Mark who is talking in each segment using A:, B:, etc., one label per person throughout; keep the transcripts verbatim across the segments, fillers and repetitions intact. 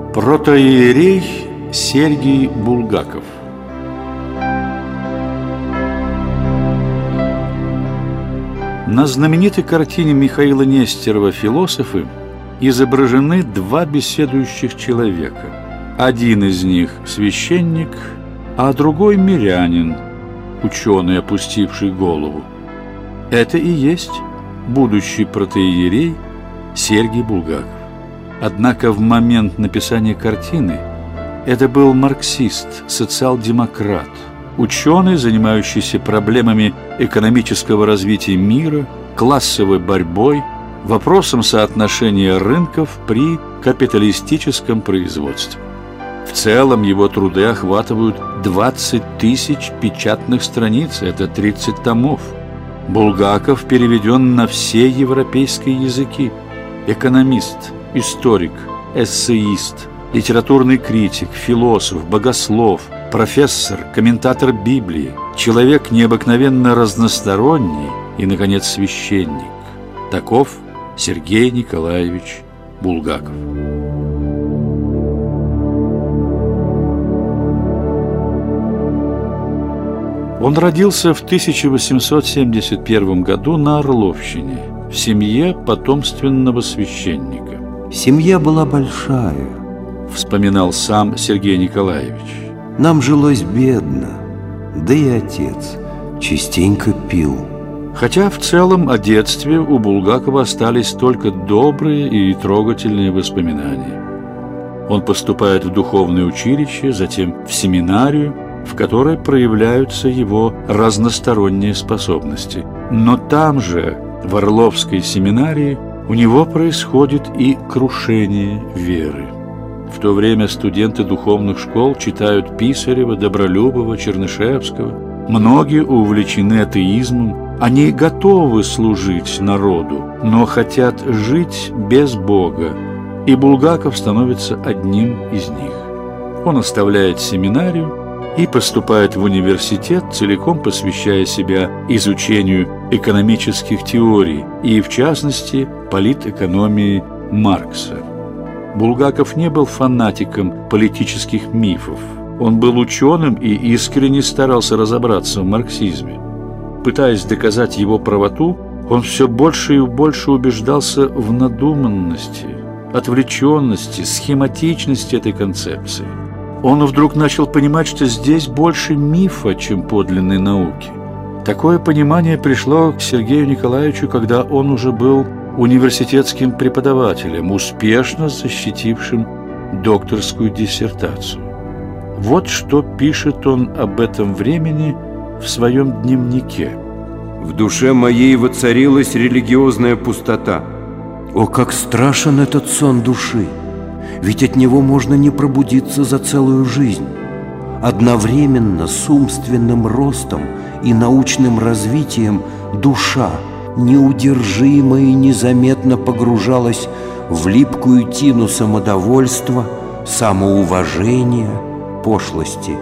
A: Протоиерей Сергий Булгаков. На знаменитой картине Михаила Нестерова «Философы» изображены два беседующих человека. Один из них – священник, а другой – мирянин, ученый, опустивший голову. Это и есть будущий протоиерей Сергий Булгаков. Однако в момент написания картины это был марксист, социал-демократ, ученый, занимающийся проблемами экономического развития мира, классовой борьбой, вопросом соотношения рынков при капиталистическом производстве. В целом его труды охватывают двадцать тысяч печатных страниц, это тридцать томов. Булгаков переведен на все европейские языки. Экономист, историк, эссеист, литературный критик, философ, богослов, профессор, комментатор Библии, человек необыкновенно разносторонний и, наконец, священник. Таков Сергей Николаевич Булгаков. Он родился в тысяча восемьсот семьдесят первом году на Орловщине, в семье потомственного священника.
B: «Семья была большая»,
A: — вспоминал сам Сергей Николаевич.
B: «Нам жилось бедно, да и отец частенько пил».
A: Хотя в целом о детстве у Булгакова остались только добрые и трогательные воспоминания. Он поступает в духовное училище, затем в семинарию, в которой проявляются его разносторонние способности. Но там же, в Орловской семинарии, у него происходит и крушение веры. В то время студенты духовных школ читают Писарева, Добролюбова, Чернышевского. Многие увлечены атеизмом. Они готовы служить народу, но хотят жить без Бога. И Булгаков становится одним из них. Он оставляет семинарию и поступает в университет, целиком посвящая себя изучению экономических теорий и, в частности, политэкономии Маркса. Булгаков не был фанатиком политических мифов. Он был ученым и искренне старался разобраться в марксизме. Пытаясь доказать его правоту, он все больше и больше убеждался в надуманности, отвлеченности, схематичности этой концепции. Он вдруг начал понимать, что здесь больше мифа, чем подлинной науки. Такое понимание пришло к Сергею Николаевичу, когда он уже был университетским преподавателем, успешно защитившим докторскую диссертацию. Вот что пишет он об этом времени в своем дневнике.
C: «В душе моей воцарилась религиозная пустота.
B: О, как страшен этот сон души! Ведь от него можно не пробудиться за целую жизнь. Одновременно с умственным ростом и научным развитием душа неудержимо и незаметно погружалась в липкую тину самодовольства, самоуважения, пошлости.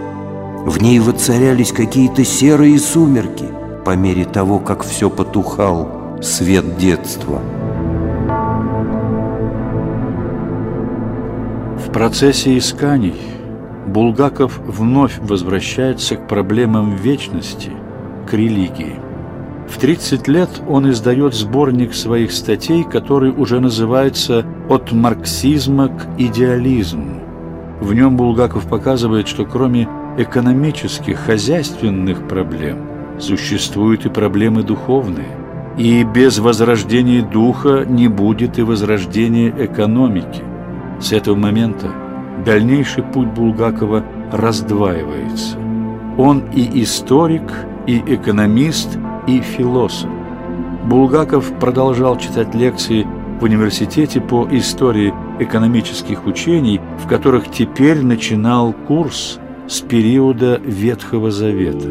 B: В ней воцарялись какие-то серые сумерки по мере того, как все потухал свет детства».
A: В процессе исканий Булгаков вновь возвращается к проблемам вечности, к религии. В тридцать лет он издает сборник своих статей, который уже называется «От марксизма к идеализму». В нем Булгаков показывает, что кроме экономических, хозяйственных проблем существуют и проблемы духовные. И без возрождения духа не будет и возрождения экономики. С этого момента дальнейший путь Булгакова раздваивается. Он и историк, и экономист, и философ. Булгаков продолжал читать лекции в университете по истории экономических учений, в которых теперь начинал курс с периода Ветхого Завета.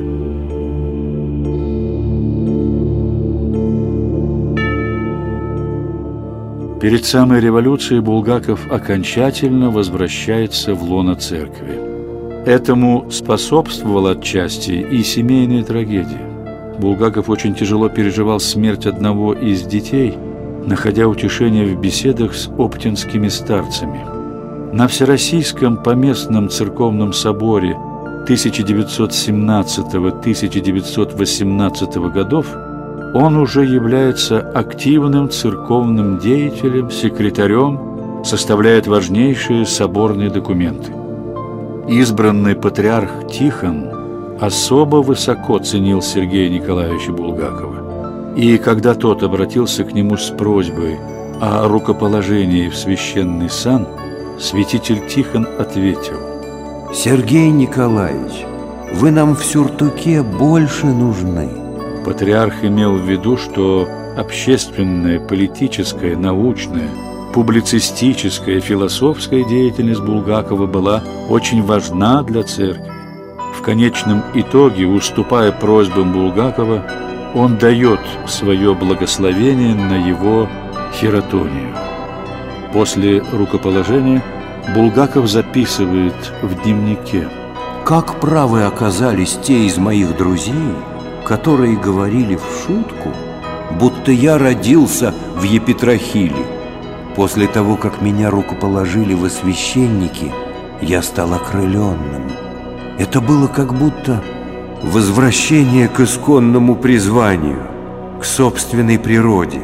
A: Перед самой революцией Булгаков окончательно возвращается в лоно церкви. Этому способствовала отчасти и семейная трагедия. Булгаков очень тяжело переживал смерть одного из детей, находя утешение в беседах с оптинскими старцами. На Всероссийском поместном церковном соборе тысяча девятьсот семнадцатого — тысяча девятьсот восемнадцатого годов он уже является активным церковным деятелем, секретарем, составляет важнейшие соборные документы. Избранный патриарх Тихон особо высоко ценил Сергея Николаевича Булгакова, и когда тот обратился к нему с просьбой о рукоположении в священный сан, святитель Тихон ответил:
B: «Сергей Николаевич, вы нам в сюртуке больше нужны».
A: Патриарх имел в виду, что общественная, политическая, научная, публицистическая, философская деятельность Булгакова была очень важна для церкви. В конечном итоге, уступая просьбам Булгакова, он дает свое благословение на его хиротонию. После рукоположения Булгаков записывает в дневнике:
B: «Как правы оказались те из моих друзей, которые говорили в шутку, будто я родился в епитрахиле. После того, как меня рукоположили во священники, я стал окрыленным. Это было как будто возвращение к исконному призванию, к собственной природе».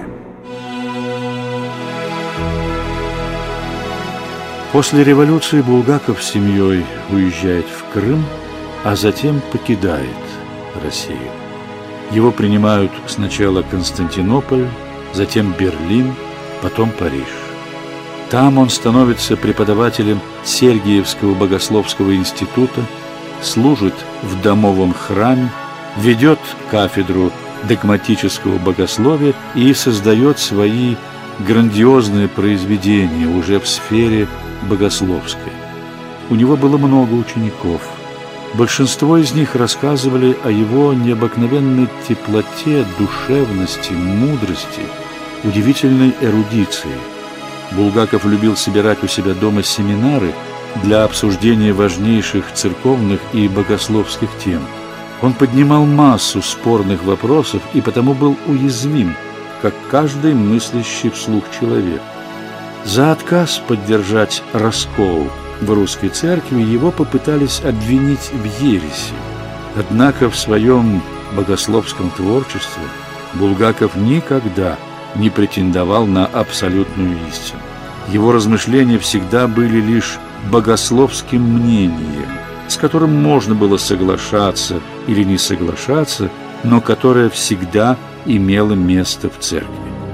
A: После революции Булгаков с семьей уезжает в Крым, а затем покидает Россию. Его принимают сначала Константинополь, затем Берлин, потом Париж. Там он становится преподавателем Сергиевского богословского института, служит в домовом храме, ведет кафедру догматического богословия и создает свои грандиозные произведения уже в сфере богословской. У него было много учеников. Большинство из них рассказывали о его необыкновенной теплоте, душевности, мудрости, удивительной эрудиции. Булгаков любил собирать у себя дома семинары для обсуждения важнейших церковных и богословских тем. Он поднимал массу спорных вопросов и потому был уязвим, как каждый мыслящий вслух человек. За отказ поддержать раскол в русской церкви его попытались обвинить в ереси. Однако в своем богословском творчестве Булгаков никогда не претендовал на абсолютную истину. Его размышления всегда были лишь богословским мнением, с которым можно было соглашаться или не соглашаться, но которое всегда имело место в церкви.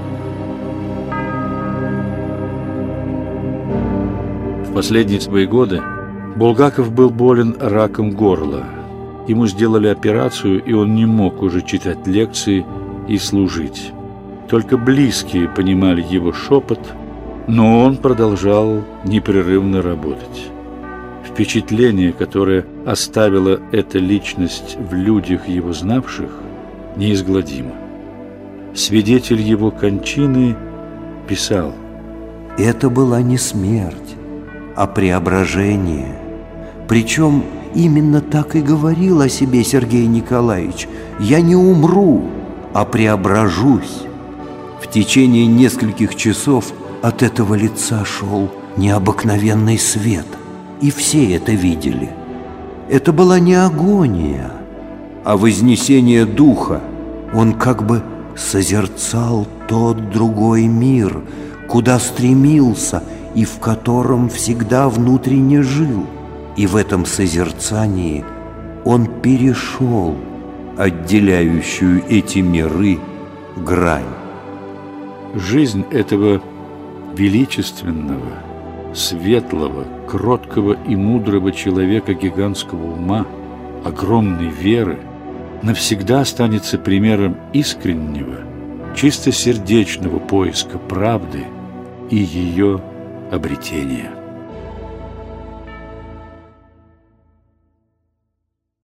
A: В последние свои годы Булгаков был болен раком горла. Ему сделали операцию, и он не мог уже читать лекции и служить. Только близкие понимали его шепот, но он продолжал непрерывно работать. Впечатление, которое оставила эта личность в людях его знавших, неизгладимо. Свидетель его кончины писал:
B: «Это была не смерть, а преображение. Причем именно так и говорил о себе Сергей Николаевич: я не умру, а преображусь». В течение нескольких часов от этого лица шел необыкновенный свет, и все это видели. Это была не агония, а вознесение духа. Он как бы созерцал тот другой мир, куда стремился и в котором всегда внутренне жил. И в этом созерцании он перешел отделяющую эти миры грань.
A: Жизнь этого величественного, светлого, кроткого и мудрого человека гигантского ума, огромной веры, навсегда останется примером искреннего, чистосердечного поиска правды и ее обретения.